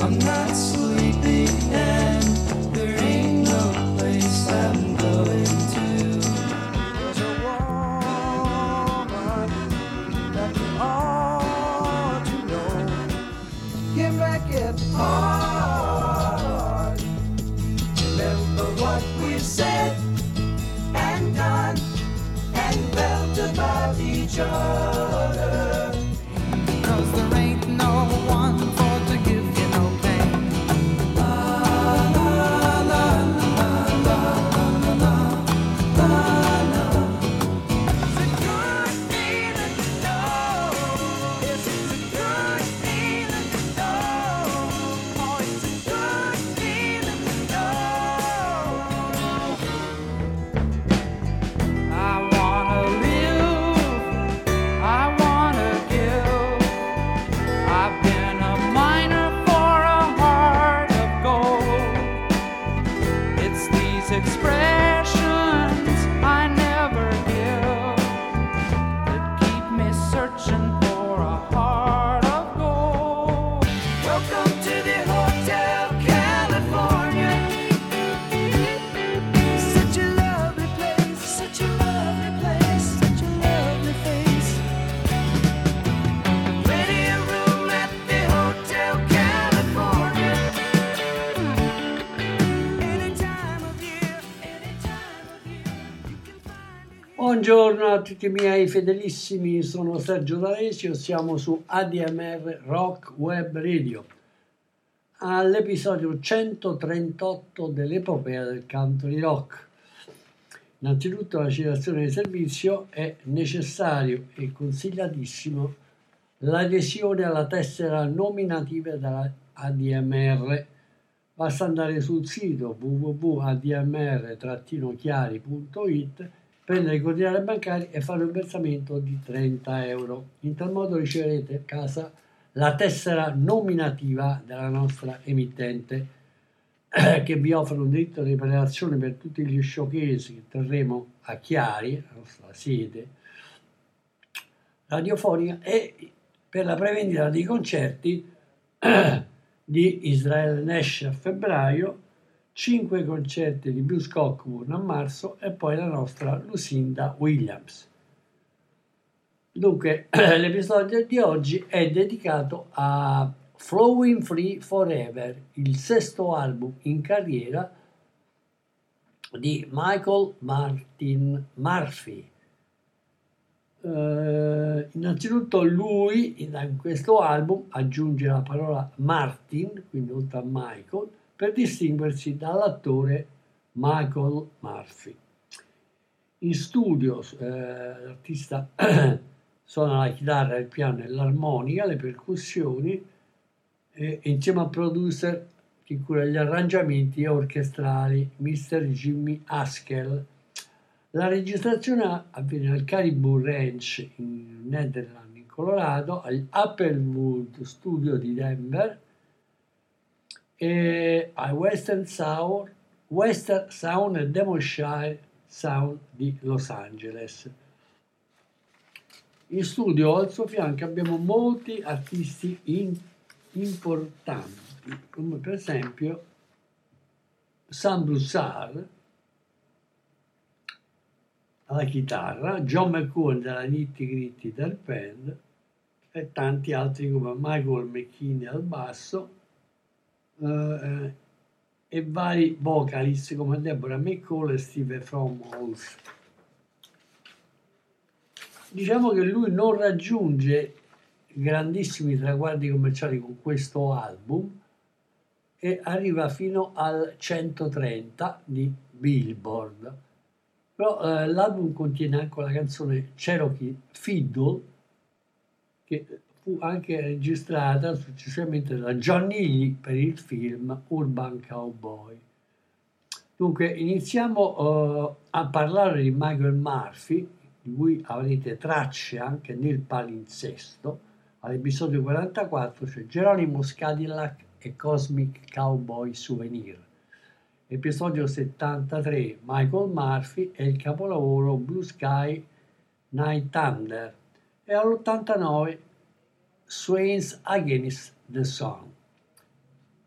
I'm not sleepy and there ain't no place I'm going to. There's a woman that you ought to know. Can make it hard. Remember what we said and done and felt about each other. 'Cause there ain't no one for to give you no pain. La la la la la la la la la. It's a good feeling to know. It's a good feeling to know. Oh, it's a good feeling to know. I wanna live, I wanna give. I've been a miner for a heart of gold. It's these expressions I never give that keep me searching for a heart of gold. Welcome to the Hotel California. Such a lovely place, such a lovely place, such a lovely face. Ready a room at the Hotel California. Any time of year, any time of year, you can find it here. Buongiorno a tutti i miei fedelissimi, sono Sergio D'Alessio, siamo su ADMR Rock Web Radio, all'episodio 138 dell'epopea del country rock. Innanzitutto la citazione di servizio: è necessario e consigliatissimo l'adesione alla tessera nominativa della ADMR. Basta andare sul sito www.admr-chiari.it, prendere i coordinati bancari e fare un versamento di 30 euro. In tal modo riceverete a casa la tessera nominativa della nostra emittente, che vi offre un diritto di prenotazione per tutti gli showcase che terremo a Chiari, la nostra sede radiofonica, e per la prevendita dei concerti di Israel Nash a febbraio, 5 concerti di Blues Cockburn a marzo e poi la nostra Lucinda Williams. Dunque, l'episodio di oggi è dedicato a Flowing Free Forever, il sesto album in carriera di Michael Martin Murphey. Innanzitutto lui in questo album aggiunge la parola Martin, quindi oltre a Michael, per distinguersi dall'attore Michael Murphy. In studio l'artista suona la chitarra, il piano e l'armonica, le percussioni, e insieme al producer che cura gli arrangiamenti orchestrali, Mr. Jimmy Haskell. La registrazione avviene al Caribou Ranch in Nederland, in Colorado, agli Applewood Studio di Denver e ai Western Sound e Devonshire Sound di Los Angeles. In studio al suo fianco abbiamo molti artisti importanti, come per esempio Sam Broussard alla chitarra, John McCool della Nitty Gritty del band e tanti altri come Michael McKinney al basso e vari vocalist come Deborah McCall e Steve Fromholz. Diciamo che lui non raggiunge grandissimi traguardi commerciali con questo album e arriva fino al 130 di Billboard. Però l'album contiene anche la canzone Cherokee Fiddle, che fu anche registrata successivamente da Johnny Lee per il film Urban Cowboy. Dunque iniziamo a parlare di Michael Murphy, di cui avrete tracce anche nel palinsesto. All'episodio 44 c'è Geronimo Cadillac e Cosmic Cowboy Souvenir. Episodio 73 Michael Murphy e il capolavoro Blue Sky Night Thunder, e all'89 Swings Against the Sun.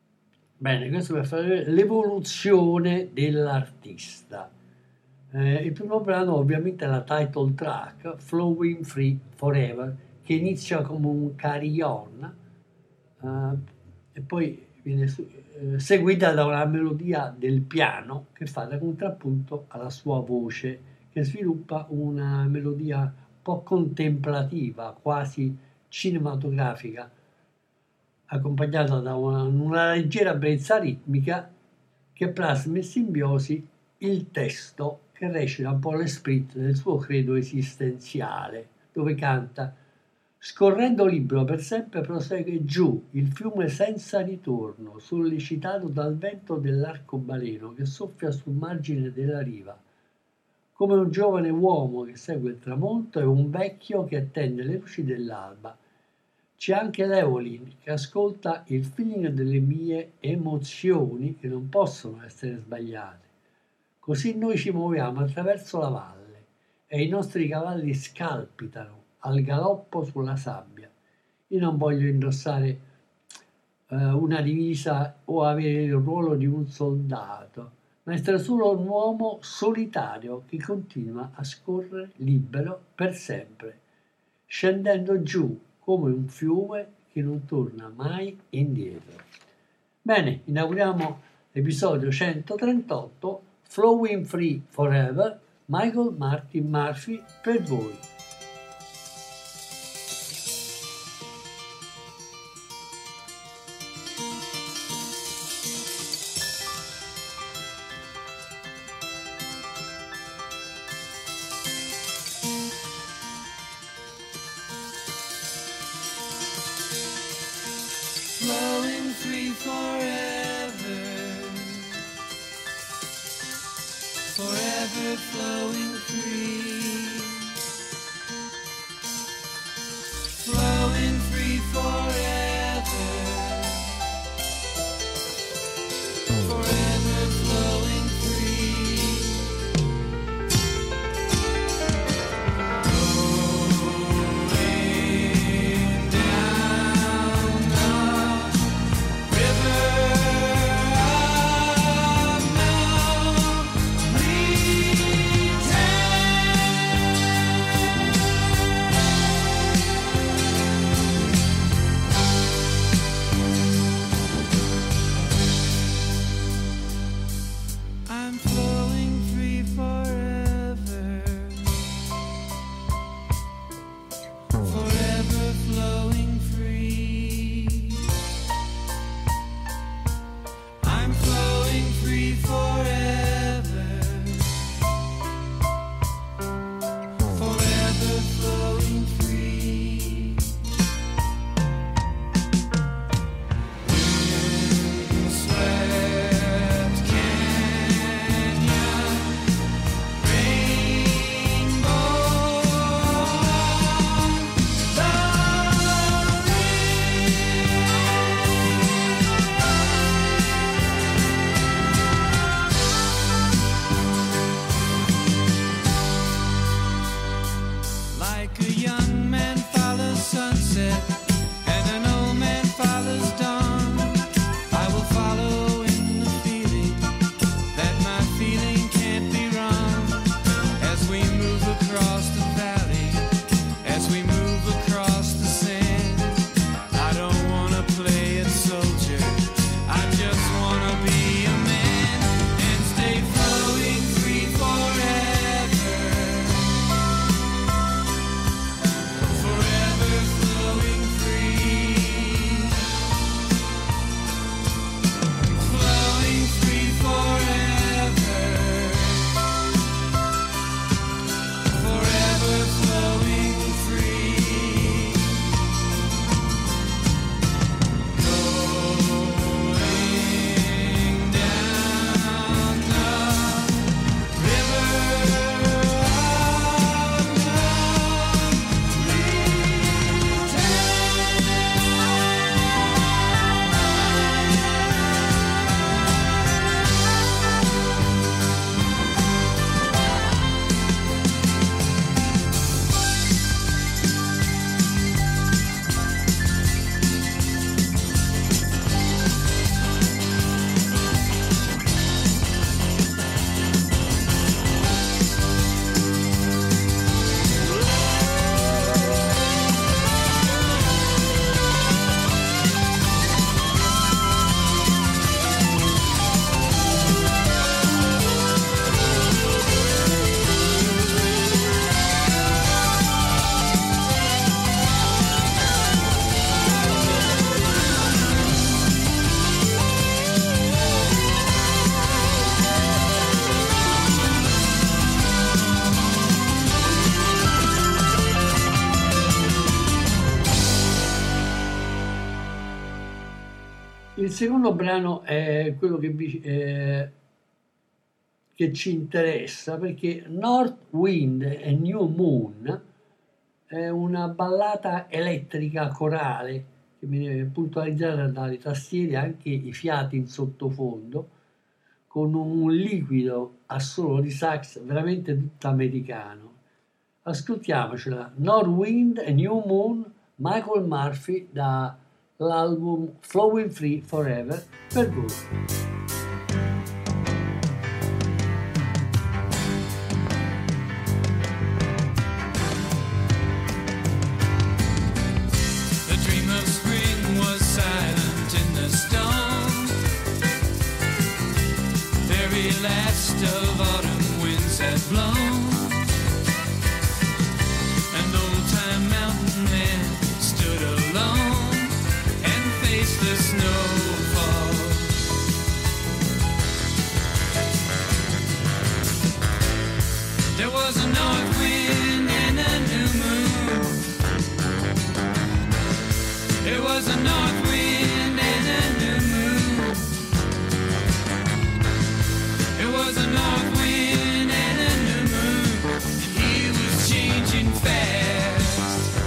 Bene, questo per fare vedere l'evoluzione dell'artista. Il primo brano ovviamente è la title track, Flowing Free Forever, che inizia come un carry on e poi viene seguita da una melodia del piano che fa da contrappunto alla sua voce, che sviluppa una melodia un po' contemplativa, quasi cinematografica, accompagnata da una leggera brezza ritmica che plasma in simbiosi il testo che recita un po' l'esprit del suo credo esistenziale, dove canta: scorrendo libero per sempre prosegue giù il fiume senza ritorno, sollecitato dal vento dell'arcobaleno che soffia sul margine della riva, come un giovane uomo che segue il tramonto e un vecchio che attende le luci dell'alba. C'è anche l'Eolin che ascolta il feeling delle mie emozioni che non possono essere sbagliate. Così noi ci muoviamo attraverso la valle e i nostri cavalli scalpitano al galoppo sulla sabbia. Io non voglio indossare una divisa o avere il ruolo di un soldato, ma essere solo un uomo solitario che continua a scorrere libero per sempre, scendendo giù come un fiume che non torna mai indietro. Bene, inauguriamo l'episodio 138, Flowing Free Forever, Michael Martin Murphey per voi. Flowing free forever, forever flowing free, flowing free forever, forever flowing free. Going down the river of memory, Il secondo brano è quello che ci interessa, perché North Wind e New Moon è una ballata elettrica corale che viene puntualizzata dalle tastiere, anche i fiati in sottofondo, con un liquido assolo di sax veramente tutto americano. Ascoltiamocela, North Wind e New Moon, Michael Murphy, dall'album Flowing Free Forever, per voi. Last of autumn winds had blown, and old-time mountain man stood alone and faced the snowfall. There was a north wind and a new moon. There was a north wind and a new moon. It was a north wind and a new moon, and he was changing fast.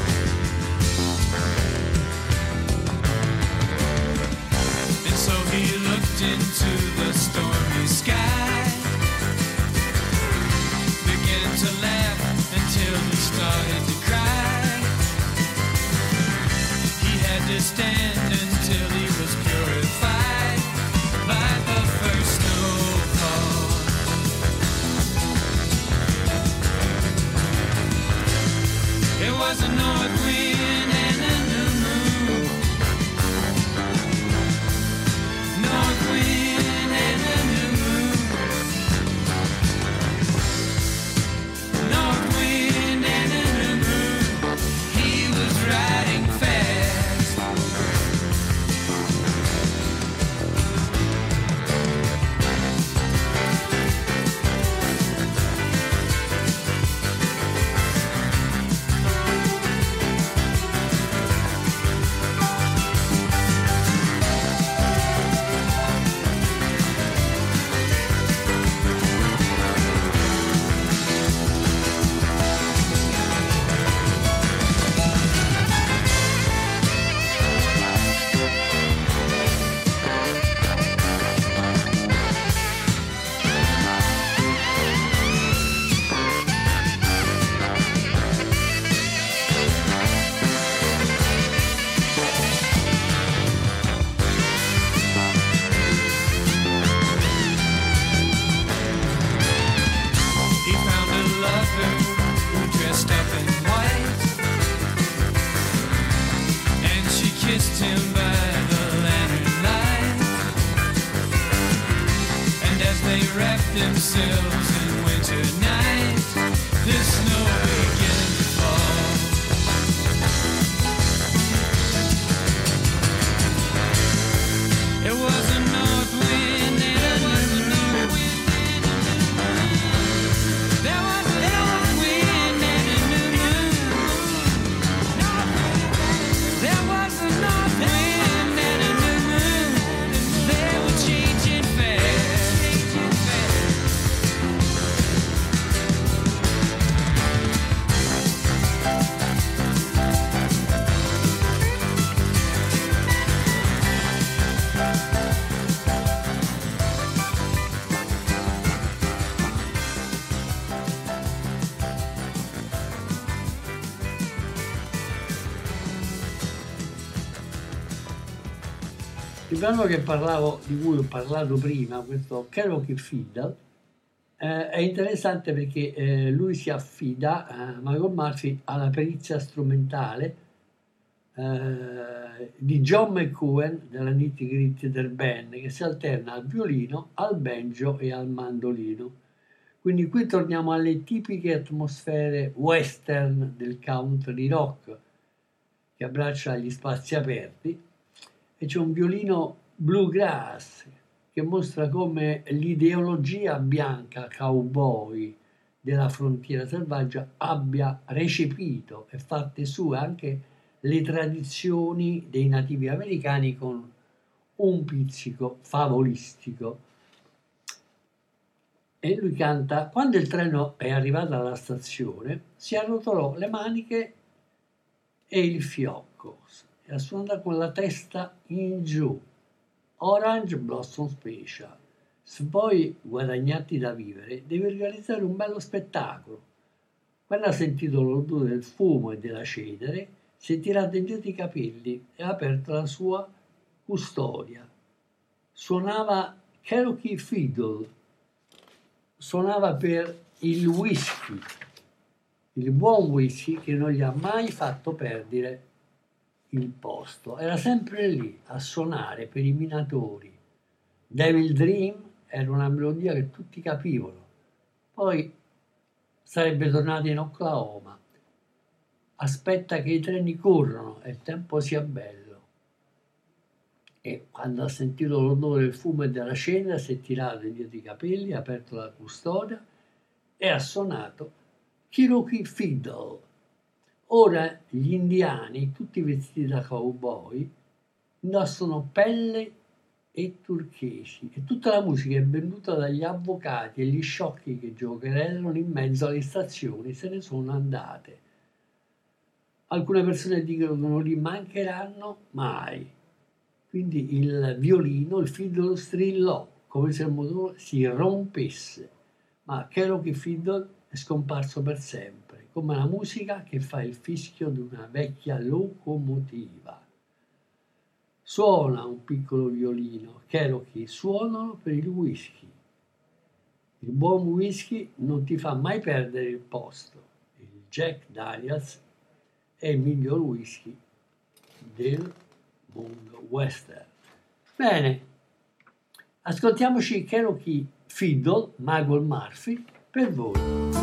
And so he looked into the stormy sky, began to laugh until he started to cry. He had to stand until he was purified by the first snowfall. It was a north wind and a new moon. North wind and a new moon. North wind and a new moon. He was riding fast. Themselves in winter night, the snow began to fall. It was a north wind and a north wind. There was a north wind and a new moon. There was a north wind and a new moon. They were changing fast. Il brano di cui ho parlato prima, questo Cherokee Fiddle, è interessante perché lui si affida, Michael Murphy, alla perizia strumentale di John McEwen della Nitty Gritty Dirt Band, che si alterna al violino, al banjo e al mandolino. Quindi qui torniamo alle tipiche atmosfere western del country rock, che abbraccia gli spazi aperti, e c'è un violino bluegrass che mostra come l'ideologia bianca cowboy della frontiera selvaggia abbia recepito e fatte sue anche le tradizioni dei nativi americani, con un pizzico favolistico. E lui canta: quando il treno è arrivato alla stazione si arrotolò le maniche e il fiocco e ha suonato con la testa in giù Orange Blossom Special. Se vuoi guadagnarti da vivere devi organizzare un bello spettacolo. Quando ha sentito l'odore del fumo e della cenere si è tirato indietro i capelli e ha aperto la sua custodia. Suonava Cherokee Fiddle, suonava per il whisky, il buon whisky che non gli ha mai fatto perdere il posto. Era sempre lì a suonare per i minatori. Devil Dream era una melodia che tutti capivano. Poi sarebbe tornato in Oklahoma. Aspetta che i treni corrono e il tempo sia bello. E quando ha sentito l'odore del fumo e della cenere si è tirato indietro i capelli, ha aperto la custodia e ha suonato Cherokee Fiddle. Ora gli indiani, tutti vestiti da cowboy, indossano pelle e turchesi e tutta la musica è venuta dagli avvocati e gli sciocchi che giocherellano in mezzo alle stazioni se ne sono andate. Alcune persone dicono che non li mancheranno mai. Quindi il violino, il fiddle strillò come se il motore si rompesse, ma Cherokee Fiddle è scomparso per sempre, come la musica che fa il fischio di una vecchia locomotiva. Suona un piccolo violino, Cherokee suonano per il whisky. Il buon whisky non ti fa mai perdere il posto. Il Jack Daniels è il miglior whisky del mondo western. Bene, ascoltiamoci Cherokee Fiddle, Michael Murphy, per voi.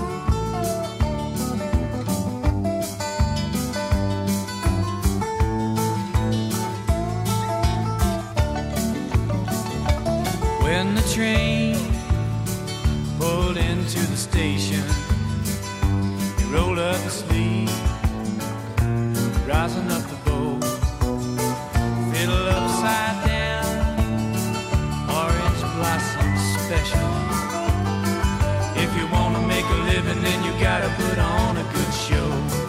When the train pulled into the station, he rolled up the sleeve, rising up the bowl, fiddle upside down, orange blossom special. If you want to make a living, then you gotta put on a good show.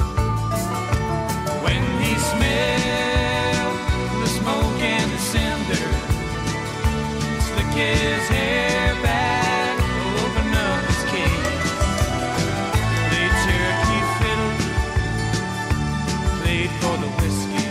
When he smelled the smoke and the cinder, slick his hair back, open up his case, played Cherokee fiddle, played for the whiskey.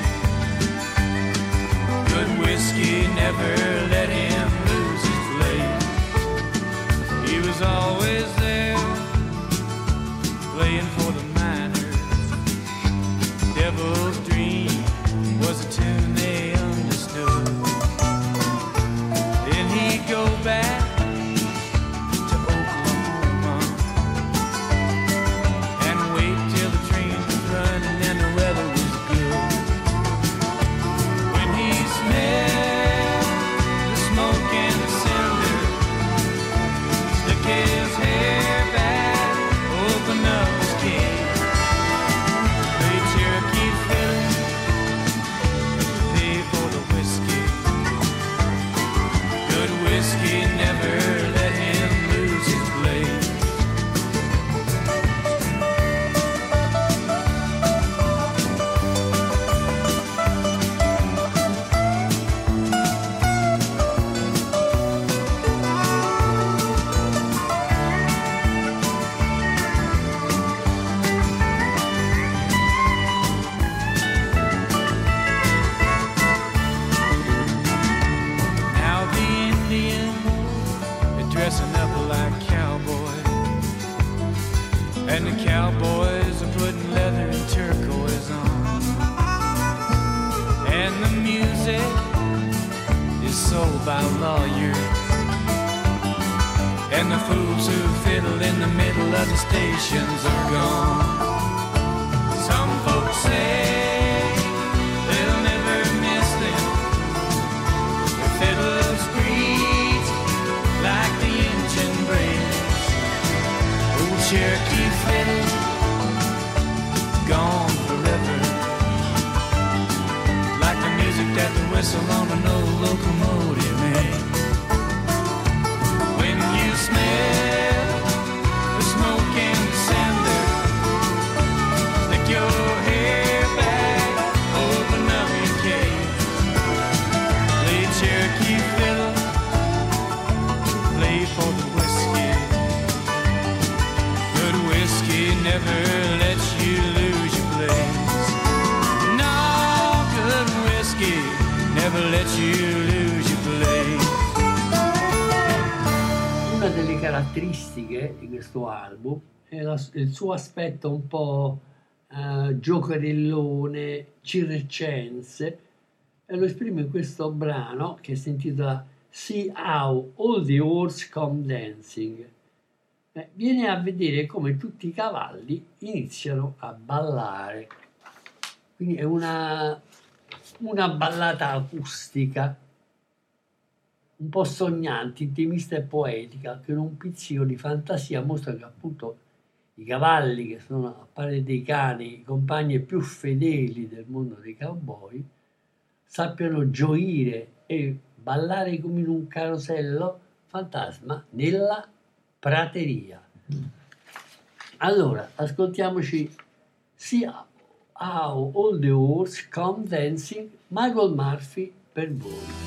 Good whiskey never let him lose his place. He was always there, playing for the miners. Devil's Dream was a tune they understood. Then he'd go back to Oklahoma and wait till the train was running and the weather was good. When he smelled the smoke and the cinder, slick his hair back, open up his case, play Cherokee fiddle, pay for the whiskey. Good whiskey never let him lose his place. Now the Indians are dressing up like cowboys, and the cowboys are putting leather and turquoise on, and the music is sold by lawyers, and the fools who fiddle in the middle of the stations are gone. Some folks say they'll never miss them. The fiddle screech like the engine brakes. Old Cherokee fiddle, gone forever. Like the music that the whistle on an old locomotive. caratteristiche di questo album è il suo aspetto un po' giocherellone, circense, e lo esprime in questo brano che si intitola See How All the Horses Come Dancing. Viene a vedere come tutti i cavalli iniziano a ballare. Quindi è una ballata acustica, un po' sognante, intimista e poetica, che in un pizzico di fantasia mostra che appunto i cavalli, che sono a parte dei cani, i compagni più fedeli del mondo dei cowboy, sappiano gioire e ballare come in un carosello fantasma nella prateria. Allora, ascoltiamoci See How All the Horses Come Dancing, Michael Murphy per voi.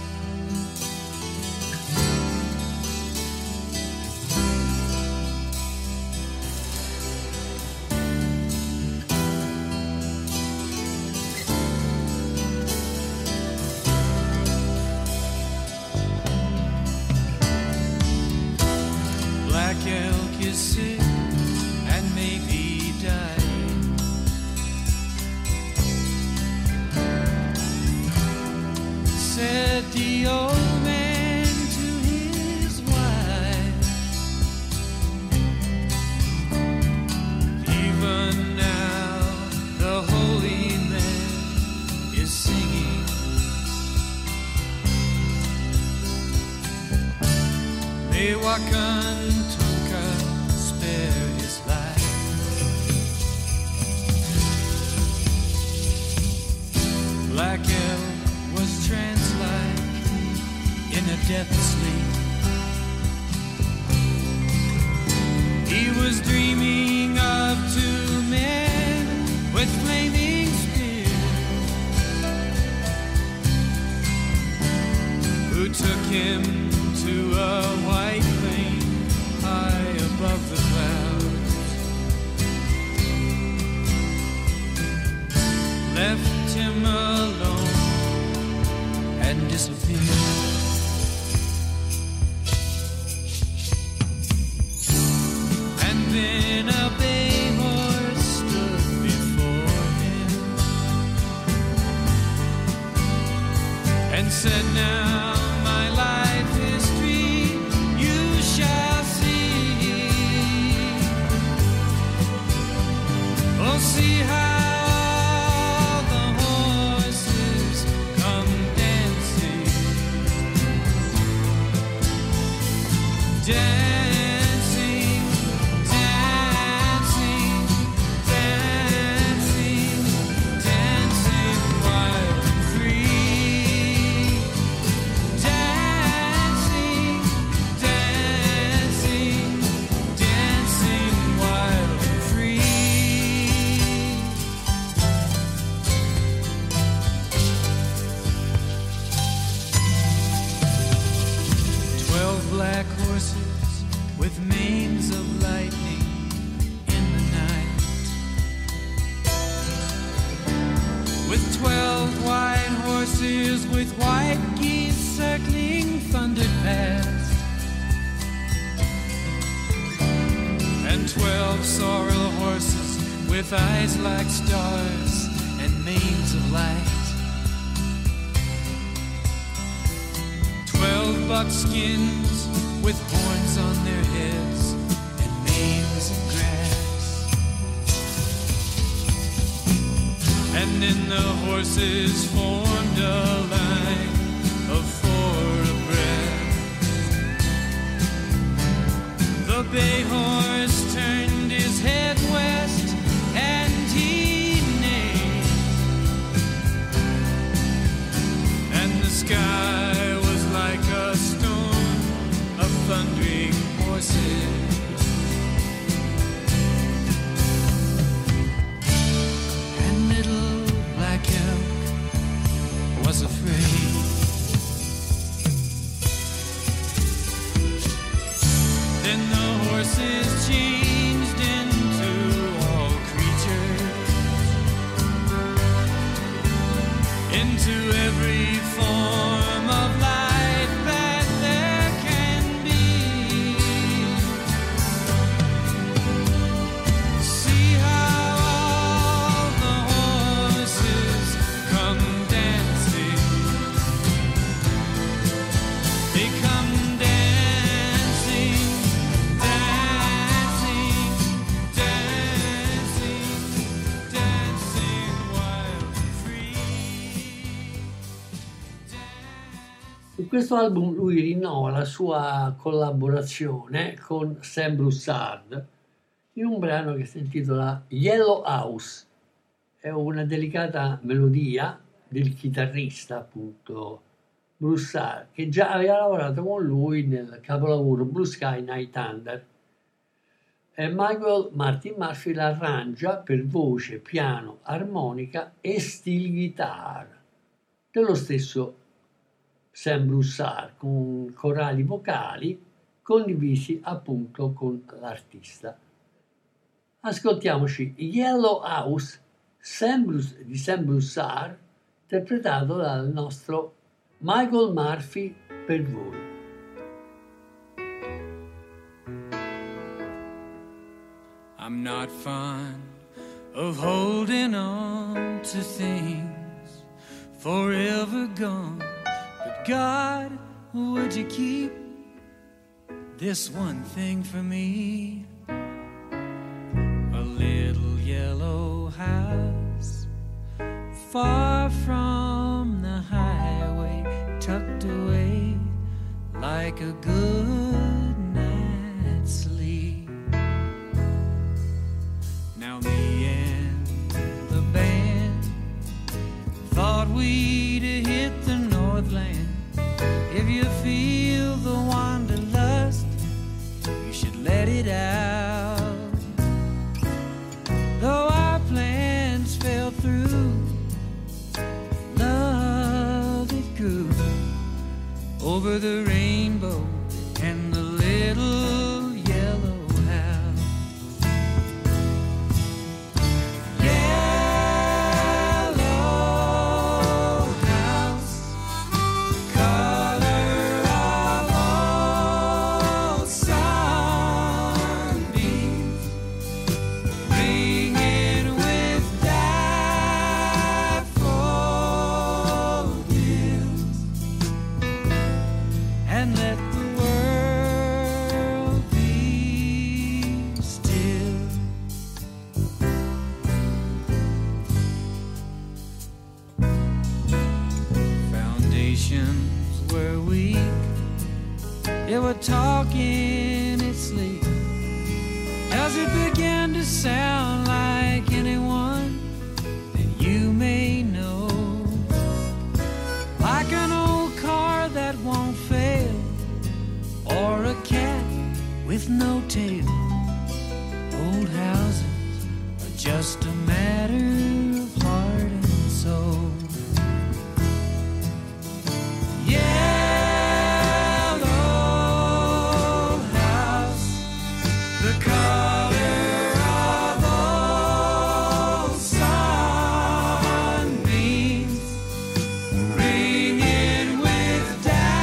questo album lui rinnova la sua collaborazione con Sam Broussard in un brano che si intitola Yellow House. È una delicata melodia del chitarrista, appunto, Broussard, che già aveva lavorato con lui nel capolavoro Blue Sky Night Thunder. E Michael Martin Murphhy l'arrangia per voce, piano, armonica e steel guitar dello stesso Sam Broussard, con corali vocali condivisi appunto con l'artista. Ascoltiamoci Yellow House di Sam Broussard, interpretato dal nostro Michael Murphhy per voi. I'm not fond of holding on to things forever gone, but God, would you keep this one thing for me? A little yellow house far from the highway, tucked away like a good night's sleep. Now me and the band thought we'd hit the Northland. If you feel the wanderlust, you should let it out. Though our plans fell through, love it grew over the rainbow and the little yellow house. Yellow house, color of old sunbeams, ringing with daffodils, and let the world be still. Foundations were weak, it would talk in its sleep, as it began to sound like anyone that you may know, like an old car that won't fail, or a cat with no tail. Old houses are just a matter of heart and soul. Yellow house, the color of old sunbeams, ringing with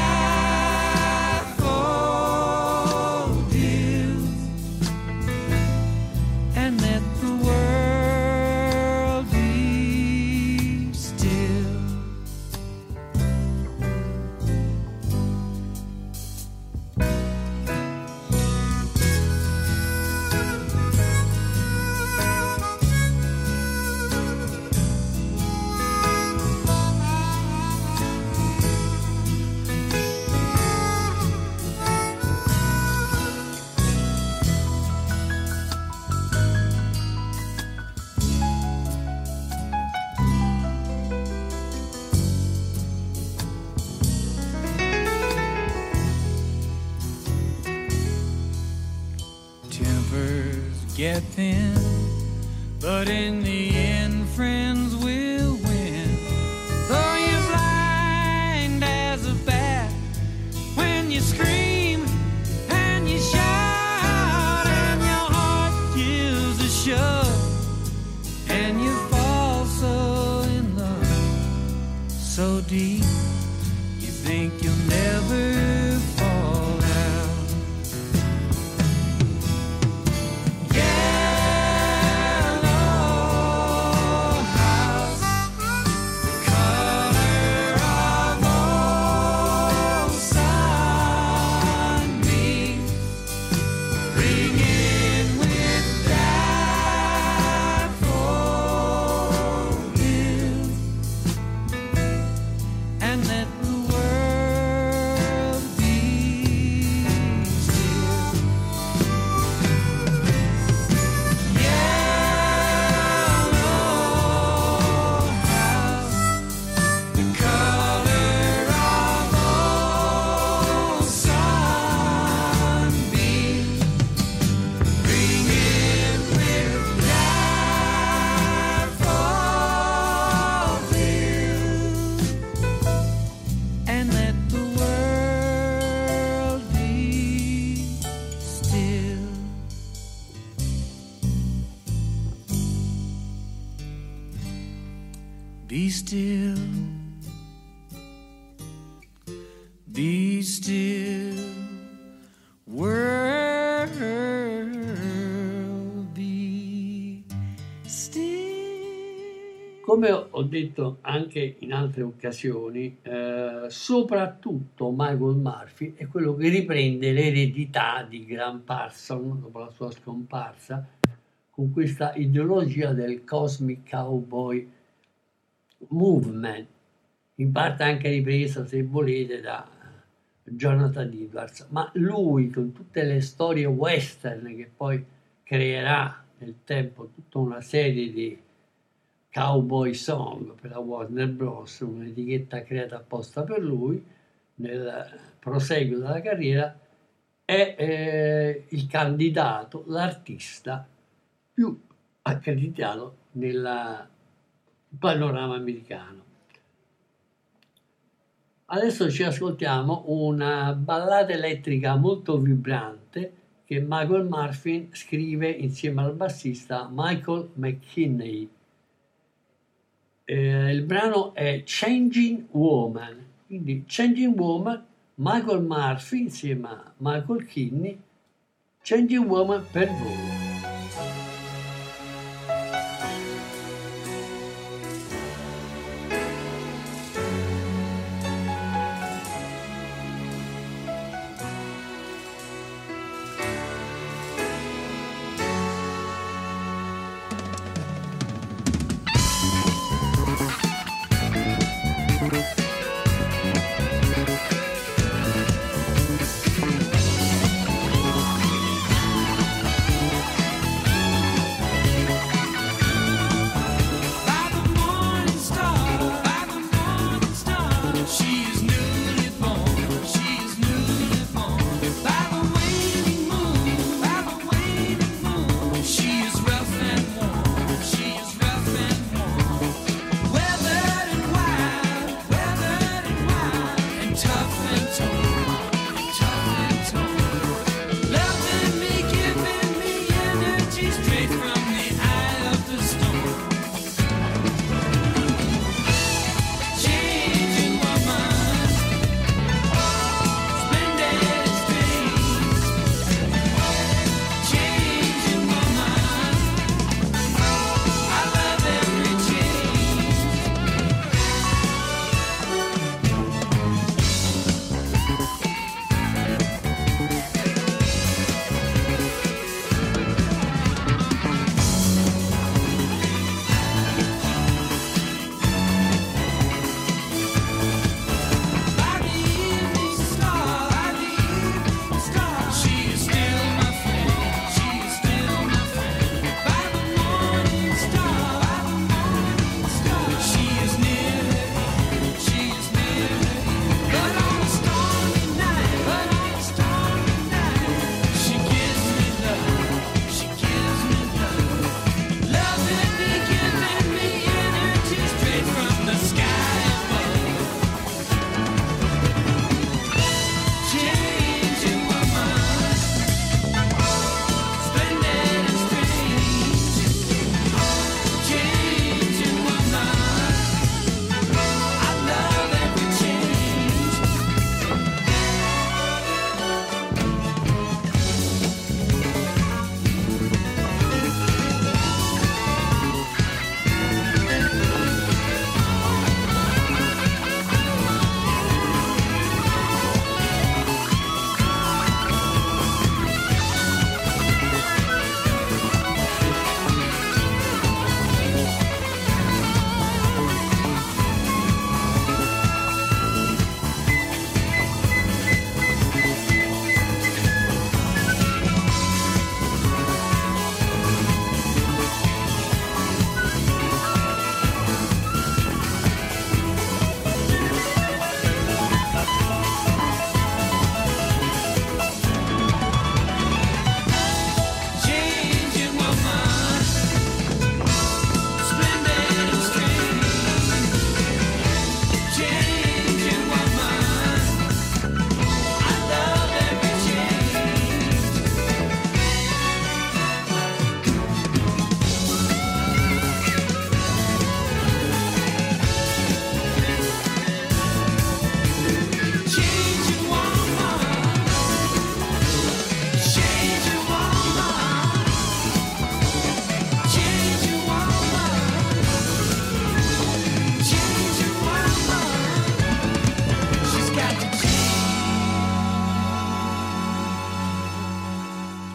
daffodils, and let the world be still. Tempers get thin, but in the end friends will win. Though you're blind as a bat when you scream and you shout, and your heart gives a shove, and you fall so in love, so deep you think you'll never fall out. Yellow house, color of old sunbeams, ringing with daffodils, still, be still, world, be still. Come ho detto anche in altre occasioni, soprattutto Michael Murphy è quello che riprende l'eredità di Graham Parsons dopo la sua scomparsa, con questa ideologia del Cosmic Cowboy Movement, in parte anche ripresa, se volete, da Jonathan Edwards, ma lui, con tutte le storie western che poi creerà nel tempo tutta una serie di cowboy song per la Warner Bros., un'etichetta creata apposta per lui nel proseguo della carriera, è il candidato, l'artista più accreditato nel panorama americano. Adesso ci ascoltiamo una ballata elettrica molto vibrante che Michael Murphy scrive insieme al bassista Michael McKinney. Il brano è Changing Woman, quindi Changing Woman, Michael Murphy insieme a Michael Kinney, Changing Woman per voi.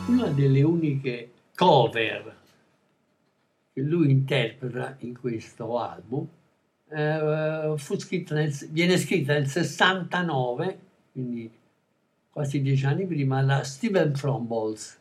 una delle uniche cover che lui interpreta in questo album viene scritta nel 69, quindi quasi 10 anni prima, da Stephen Frombolz.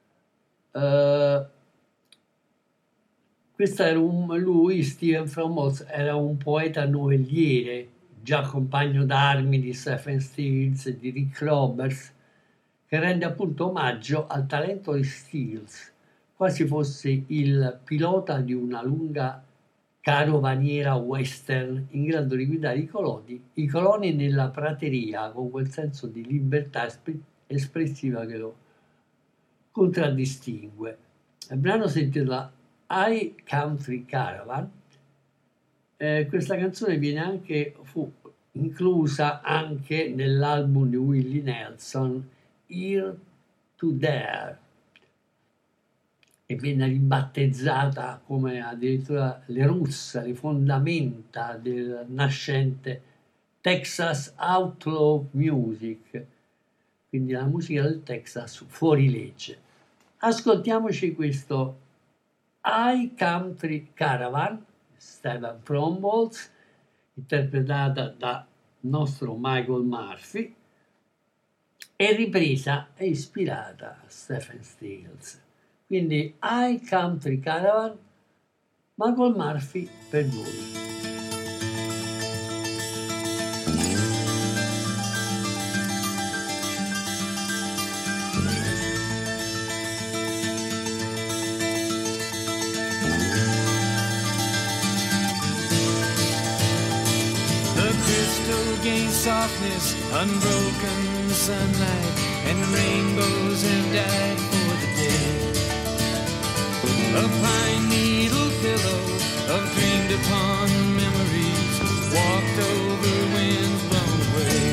Stephen Frombolz, era un poeta novelliere, già compagno d'armi di Stephen Stills e di Rick Roberts, che rende appunto omaggio al talento di Stills, quasi fosse il pilota di una lunga carovaniera western in grado di guidare i coloni nella prateria con quel senso di libertà espressiva che lo contraddistingue. Il brano si intitola High Country Caravan. Questa canzone fu inclusa anche nell'album di Willie Nelson Here to There e venne ribattezzata come addirittura le fondamenta del nascente Texas Outlaw Music, quindi la musica del Texas fuori legge. Ascoltiamoci questo High Country Caravan, Stephen Frombolz, interpretata da nostro Michael Murphy e ripresa e ispirata a Stephen Stills. Quindi High Country Caravan, Michael Murphy per voi. Gain softness, unbroken sunlight, and rainbows have died for the day. A pine needle pillow of dreamed upon memories, walked over winds blown away.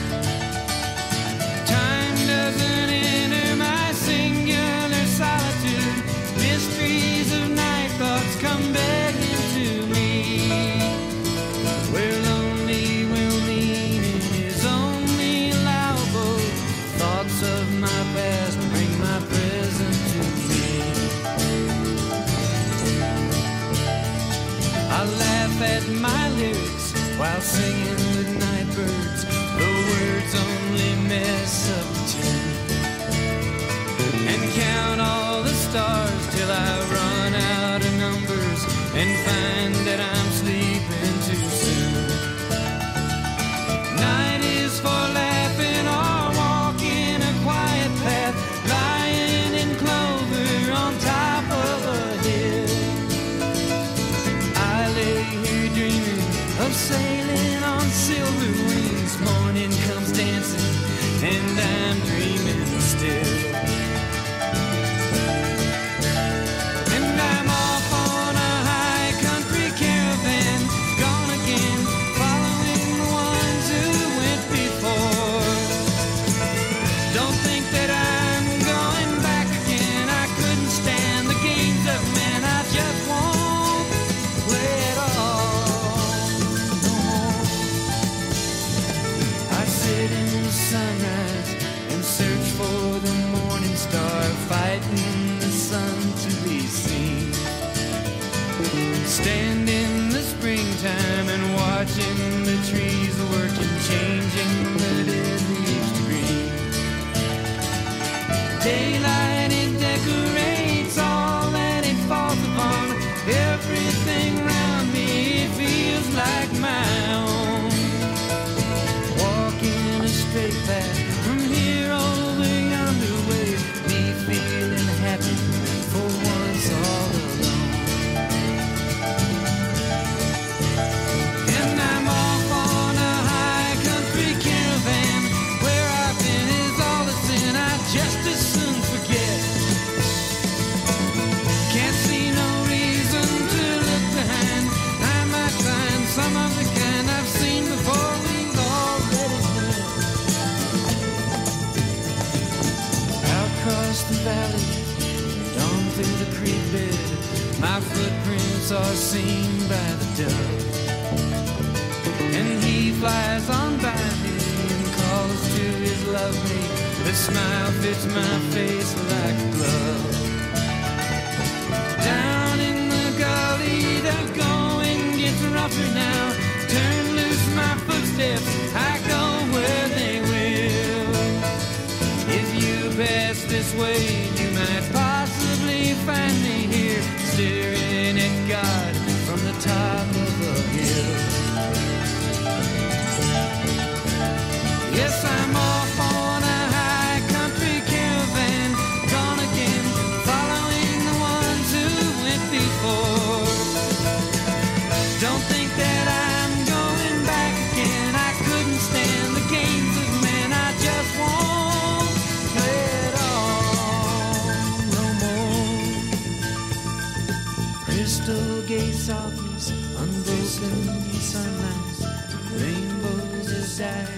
Time doesn't enter my singular solitude, mysteries of night thoughts come begging to me. We're lonely, we're meaning is only allowable. Thoughts of my past bring my present to me. I laugh at my lyrics while singing with night birds. The words only mess up the tune. And count all the stars till I run out of numbers and find that I'm sleeping too soon. Night is for laughing or walking a quiet path, lying in clover on top of a hill. I lay here dreaming of sailing on silver wings. Morning comes dancing and I'm dreaming still. And I'm off on a high country caravan, gone again, following the ones who went before. Don't think that I'm going back again. I couldn't stand the games of men. I just won't play at all. No more. I sit in the sunrise and search for the morning star, fighting the sun to be seen. Stand in the springtime and watching the trees working, changing the dead leaves to green. Daylight, it decorates all that it falls upon. Everything around me feels like my own. Walking a straight path from here over yonder way, me feeling happy for once all alone. And I'm off on a high country caravan. Where I've been is all the sin I just as soon forget. Can't see no reason to look behind. I might find some of the kind I've seen before we've already met. Out across the valley, down through the creek bed, my footprints are seen by the dove. And he flies on by me and calls to his lovely The smile fits my face like a glove. Down in the gully, the going gets rougher now. Turn loose my footsteps, I go where they will. If you pass this way, you might possibly find me here, staring at God from the top of a hill. Yes, I'm off on a high country caravan, gone again, following the ones who went before. Don't think that I'm going back again, I couldn't stand the games of men, I just won't play it all no more. Crystal gate softness, unbroken sunlight, rainbows that die.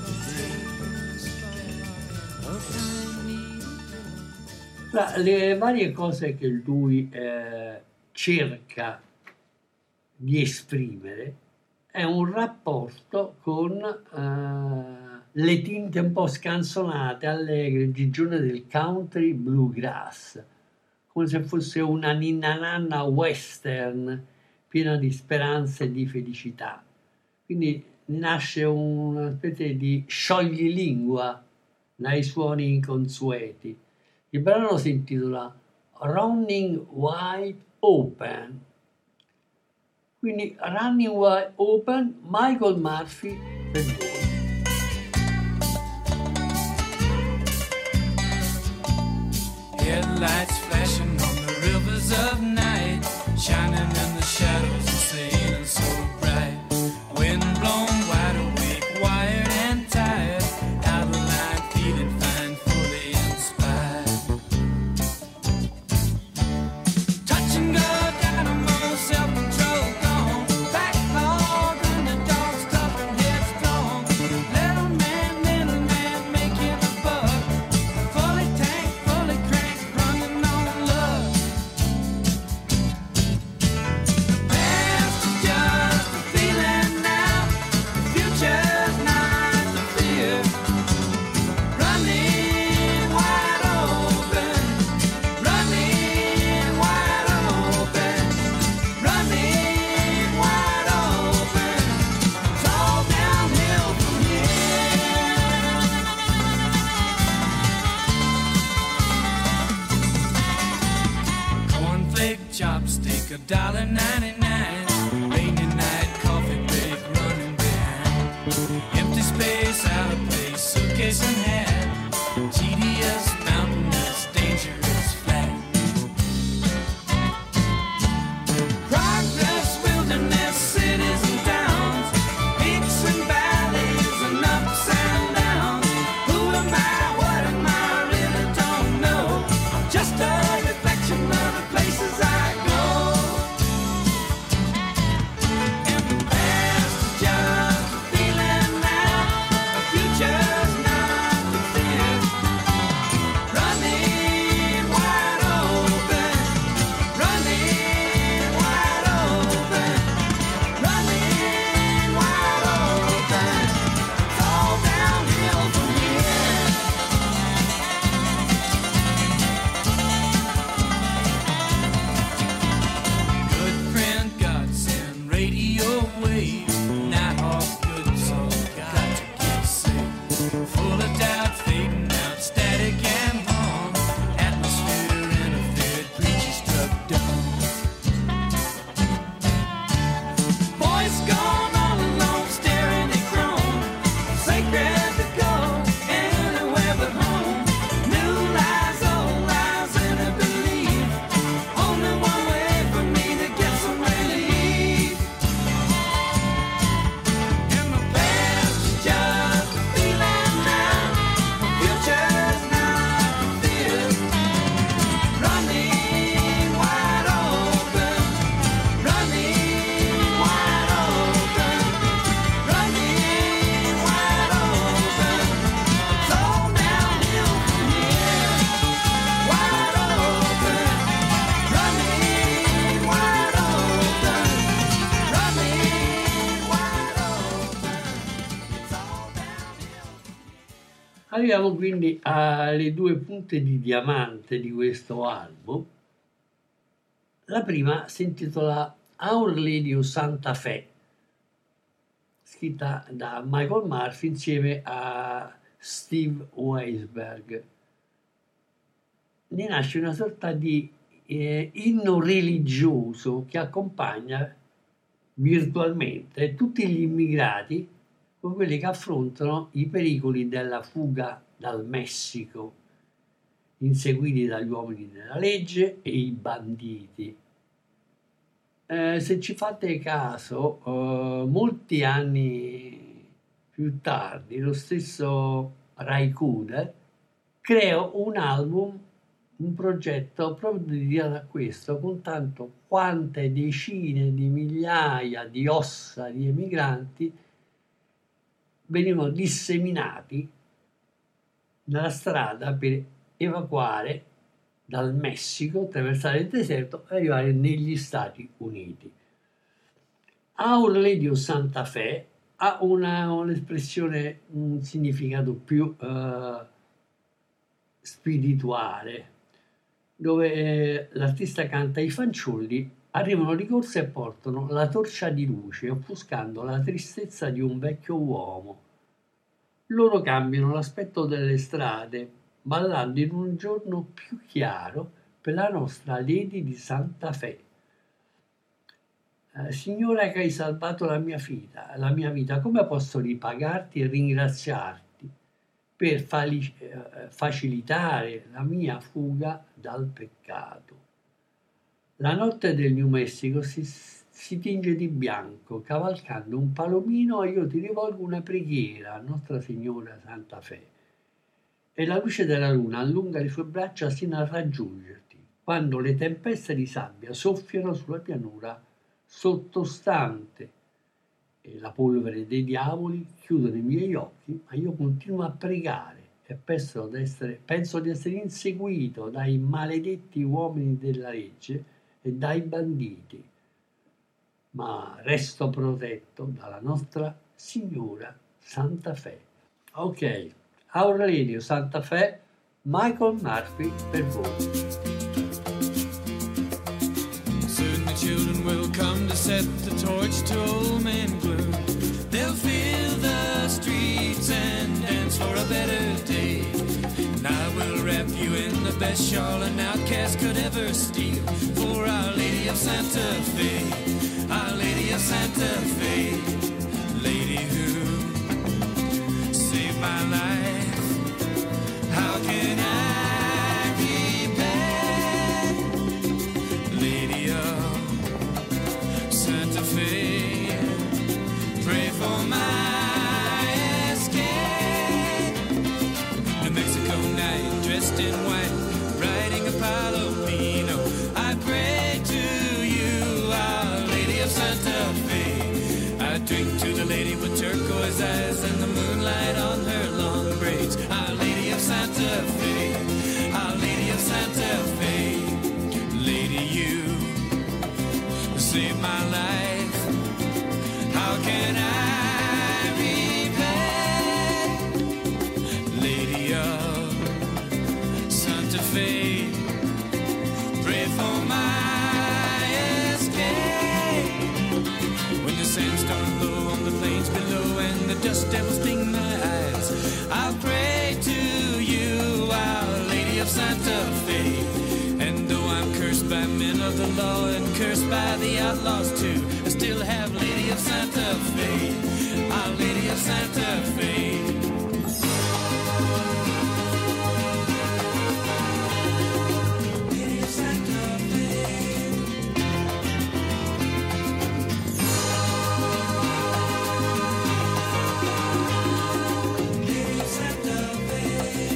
Le varie cose che lui cerca di esprimere è un rapporto con le tinte un po' scansonate, allegre, gigione del country bluegrass, come se fosse una ninna nanna western piena di speranze e di felicità. Quindi nasce una specie di scioglilingua dai suoni inconsueti. Il brano si intitola Running Wide Open. Quindi Running Wide Open, Michael Murphy per voi. Headlights flashing on the rivers of night, shining in the shadows and sailing so bright. Wind blown, wide awake, wired and tired, out of line, feeling fine, fully inspired. Touch and go, dynamo, self-control gone, backlog, underdog, stubborn, headstrong. Little man, making a buck, fully tanked, fully cranked, running on love. The past is just a feeling now, the future's not the fear. Running wide open, running wide open, running wide open. It's all downhill from here. Cornflake chopstick, $1.99. Rainy night, coffee break, running behind. Empty space, out of place, suitcase in hand. Tedious, mountainous, dangerous, flat. Progress, wilderness, cities and towns, peaks and valleys and ups and downs. Who am I? What am I? Really don't know. I'm just a reflection of the places I go. And the past is just a feeling now, the future's not the fear. Arriviamo quindi alle due punte di diamante di questo album. La prima si intitola Our Lady of Santa Fe, scritta da Michael Murphy insieme a Steve Weisberg. Ne nasce una sorta di inno religioso che accompagna virtualmente tutti gli immigrati con quelli che affrontano i pericoli della fuga dal Messico, inseguiti dagli uomini della legge e i banditi. Se ci fate caso, molti anni più tardi, lo stesso Ry Cooder creò un album, un progetto proprio dedicato a questo, con tanto quante decine di migliaia di ossa di emigranti venivano disseminati nella strada per evacuare dal Messico, attraversare il deserto e arrivare negli Stati Uniti. Our Lady of Santa Fe ha un'espressione, un significato più spirituale, dove l'artista canta: i fanciulli arrivano di corsa e portano la torcia di luce, offuscando la tristezza di un vecchio uomo. Loro cambiano l'aspetto delle strade, ballando in un giorno più chiaro per la nostra Lady di Santa Fe. Signora che hai salvato la mia vita, come posso ripagarti e ringraziarti per facilitare la mia fuga dal peccato? La notte del New Mexico si tinge di bianco, cavalcando un palomino, e io ti rivolgo una preghiera a Nostra Signora Santa Fe. E la luce della luna allunga le sue braccia sino a raggiungerti, quando le tempeste di sabbia soffiano sulla pianura sottostante e la polvere dei diavoli chiudono i miei occhi, ma io continuo a pregare e penso di essere inseguito dai maledetti uomini della legge e dai banditi, ma resto protetto dalla Nostra Signora Santa Fe. Ok, Our Lady of Santa Fe, Michael Murphy per voi. Soon the children will come to set the torch to old man Gloom. They'll fill the streets and dance for a better day. And I will wrap you in the best shawl an outcast could ever steal. For Our Lady of Santa Fe, Our Lady of Santa Fe, Lady who saved my life. How can I repay, Lady of Santa Fe? Pray for my escape. New Mexico night, dressed in white, riding a palomino. I pray to you, Our Lady of Santa Fe. I drink to the lady with turquoise eyes and the moonlight on her long braids. Our Lady of Santa Fe, Our Lady of Santa Fe, Lady you saved my life. How can I repay, Lady of Santa Fe? Pray for my escape. When the sandstorm blow on the plains below and the dust devils sting my eyes, I'll pray to you, Our Lady of Santa Fe. And though I'm cursed by men of the law and cursed by the outlaws too, I still have Lady of Santa Fe, Our Lady of Santa Fe. Lady of Santa Fe. Lady of Santa Fe.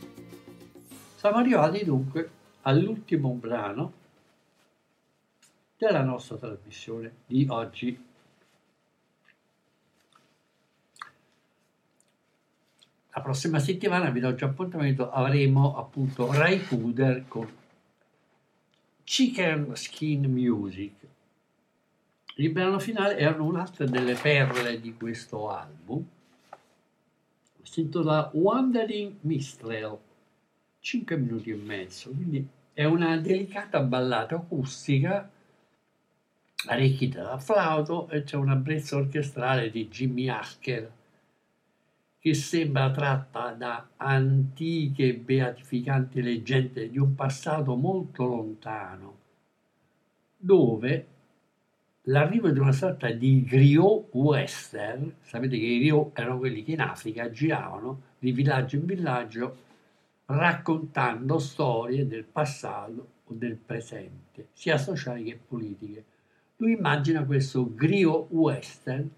Siamo arrivati dunque all'ultimo brano della nostra trasmissione di oggi. La prossima settimana vi do già appuntamento, avremo appunto Ray Cooder con Chicken Skin Music. Il brano finale è un'altra delle perle di questo album, si intitola Wandering Minstrel, 5 minuti e mezzo, quindi è una delicata ballata acustica arricchita da flauto e c'è una brezza orchestrale di Jimmy Hasker che sembra tratta da antiche e beatificanti leggende di un passato molto lontano, dove l'arrivo di una sorta di griot western, sapete che i griot erano quelli che in Africa giravano di villaggio in villaggio raccontando storie del passato o del presente, sia sociali che politiche. Lui immagina questo griot western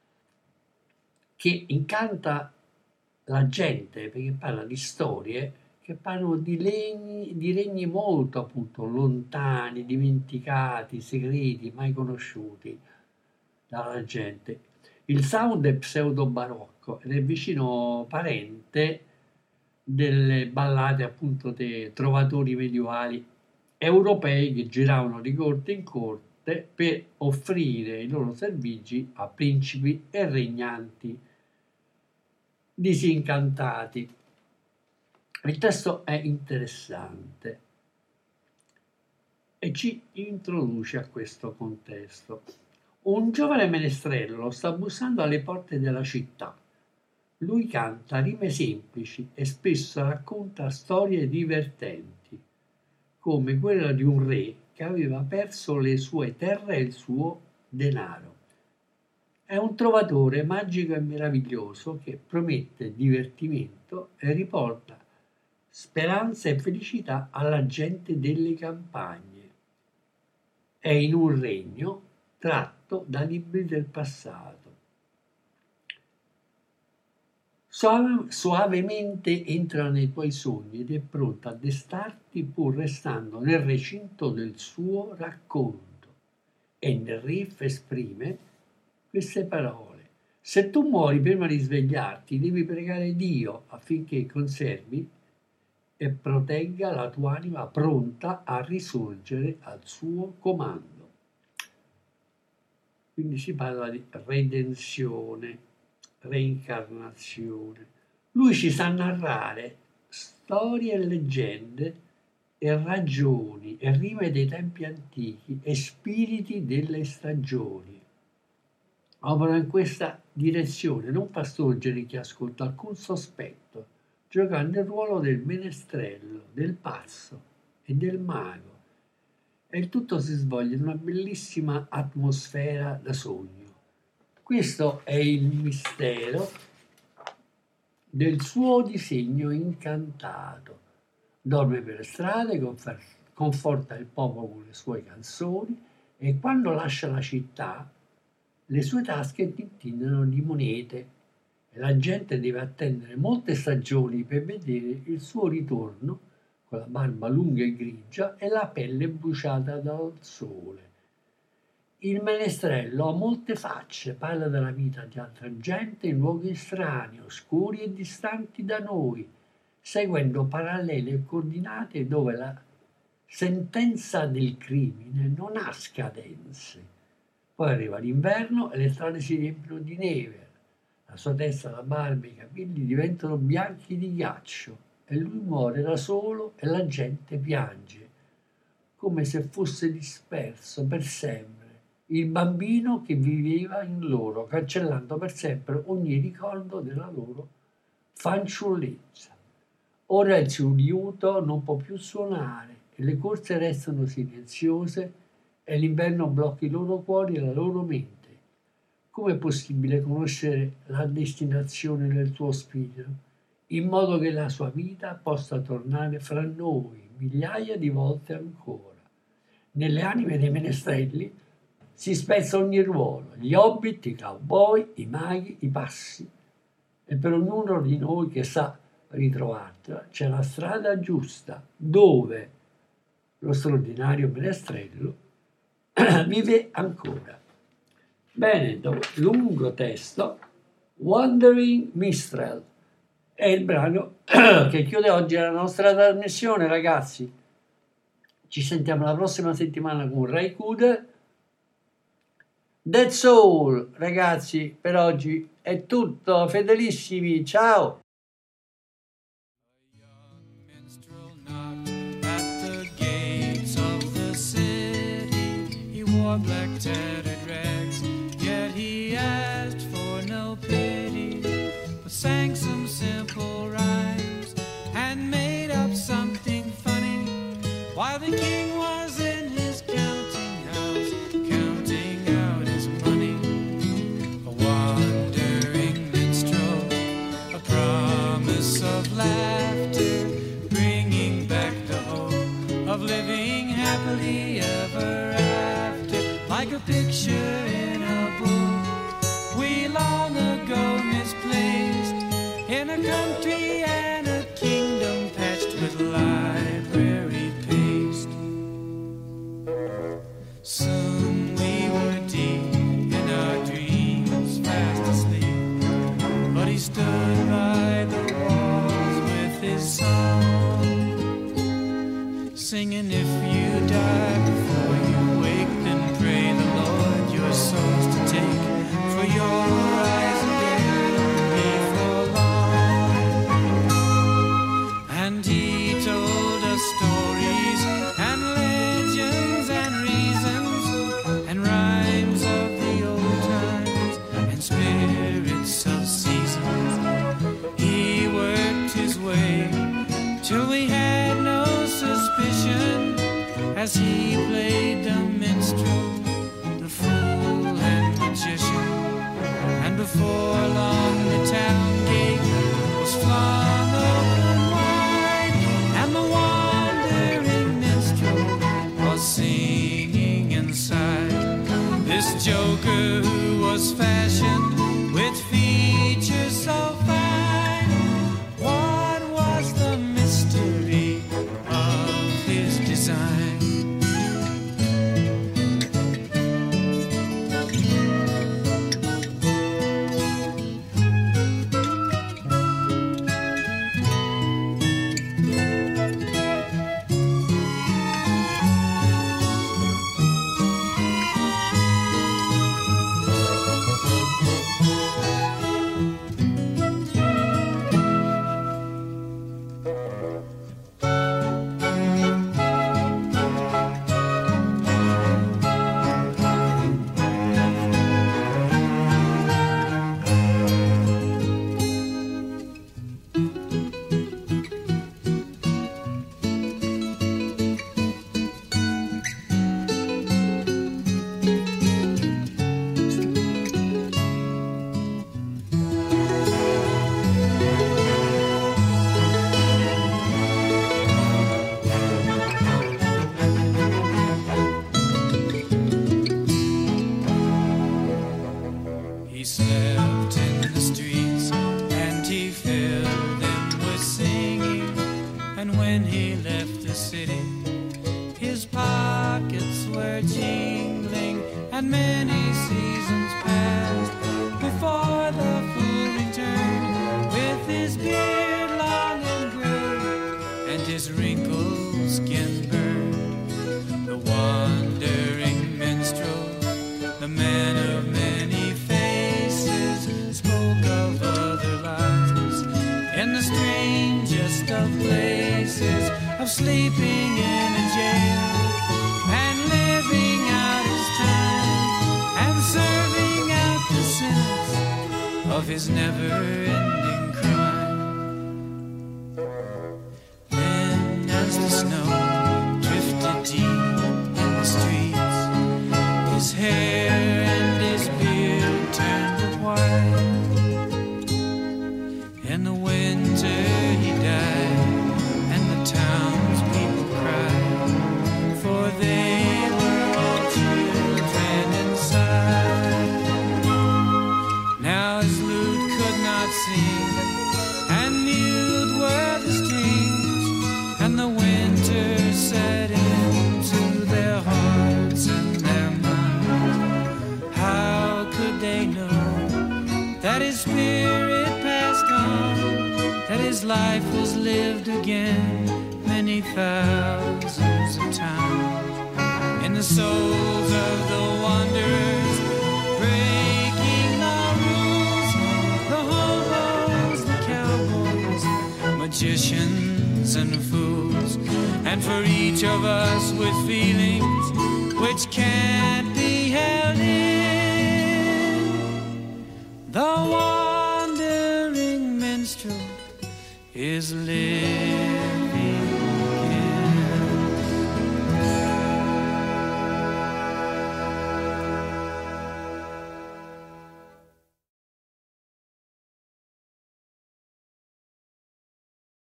che incanta la gente perché parla di storie che parlano di regni molto appunto lontani, dimenticati, segreti, mai conosciuti dalla gente. Il sound è pseudo-barocco ed è vicino parente delle ballate appunto dei trovatori medievali europei che giravano di corte in corte per offrire i loro servigi a principi e regnanti disincantati. Il testo è interessante e ci introduce a questo contesto. Un giovane menestrello sta bussando alle porte della città. Lui canta rime semplici e spesso racconta storie divertenti, come quella di un re che aveva perso le sue terre e il suo denaro. È un trovatore magico e meraviglioso che promette divertimento e riporta speranza e felicità alla gente delle campagne. È in un regno tratto da libri del passato. Soavemente entra nei tuoi sogni ed è pronto a destarti pur restando nel recinto del suo racconto. E nel riff esprime queste parole. Se tu muori prima di svegliarti, devi pregare Dio affinché conservi e protegga la tua anima pronta a risorgere al suo comando. Quindi si parla di redenzione, reincarnazione. Lui ci sa narrare storie e leggende e ragioni e rime dei tempi antichi e spiriti delle stagioni. Opera in questa direzione, non fa sorgere chi ascolta alcun sospetto, giocando il ruolo del menestrello, del pazzo e del mago. E il tutto si svolge in una bellissima atmosfera da sogno. Questo è il mistero del suo disegno incantato. Dorme per le strade, conforta il popolo con le sue canzoni e quando lascia la città le sue tasche tintinnano di monete e la gente deve attendere molte stagioni per vedere il suo ritorno con la barba lunga e grigia e la pelle bruciata dal sole. Il menestrello ha molte facce, parla della vita di altra gente in luoghi strani, oscuri e distanti da noi, seguendo parallele e coordinate dove la sentenza del crimine non ha scadenze. Poi arriva l'inverno e le strade si riempiono di neve, la sua testa, la barba, i capelli diventano bianchi di ghiaccio e lui muore da solo e la gente piange, come se fosse disperso per sempre il bambino che viveva in loro, cancellando per sempre ogni ricordo della loro fanciullezza. Ora il suo liuto non può più suonare e le corse restano silenziose e l'inverno blocca i loro cuori e la loro mente. Com'è possibile conoscere la destinazione del tuo spirito, in modo che la sua vita possa tornare fra noi migliaia di volte ancora? Nelle anime dei menestrelli si spezza ogni ruolo, gli hobbit, i cowboy, i maghi, i passi, e per ognuno di noi che sa ritrovarla c'è la strada giusta dove lo straordinario menestrello vive ancora. Bene, dopo lungo testo, Wandering Minstrel è il brano che chiude oggi la nostra trasmissione, ragazzi. Ci sentiamo la prossima settimana con Ray Cooder. That's all, ragazzi, per oggi è tutto. Fedelissimi, ciao! Black tattered rags, yet he asked for no pity, but sang some simple rhymes and made up something funny while the king was in his counting house, counting out his money. A wandering minstrel, a promise of laughter, bringing back the hope of living happily ever after. Like a picture in a book we long ago misplaced, in a country and a kingdom patched with library paste. Soon we were deep in our dreams, fast asleep, but he stood by the walls with his song, singing, if you die before you wake, then pray the Lord your souls to take, for your eyes again before long. And he told us stories and legends and reasons and rhymes of the old times and spirits of seasons. He worked his way till we had no suspicion as he played the minstrel, the fool and magician. And before long the town gate was flung open wide, and the wandering minstrel was singing inside. This joker who was fashioned with features so fine, what was the mystery of his design? He slept in the streets and he filled them with singing, and when he left the city his pockets were jingling, and many seasons passed before the fool returned with his beard long and gray and his wrinkled skin burned. The wandering minstrel, the man of many faces, spoke of other lives in the strangest of places, of sleeping in a jail and living out his time and serving out the sentence of his never-ending crime. Then as the snow drifted deep in the streets, his hair and his beard turned white. In the winter he died, and the townspeople cried, for they were all children inside. Now his lute could not sing, that his spirit passed on, that his life was lived again many thousands of times. In the souls of the wanderers, breaking the rules, the hobos, the cowboys, magicians and fools, and for each of us with feelings which can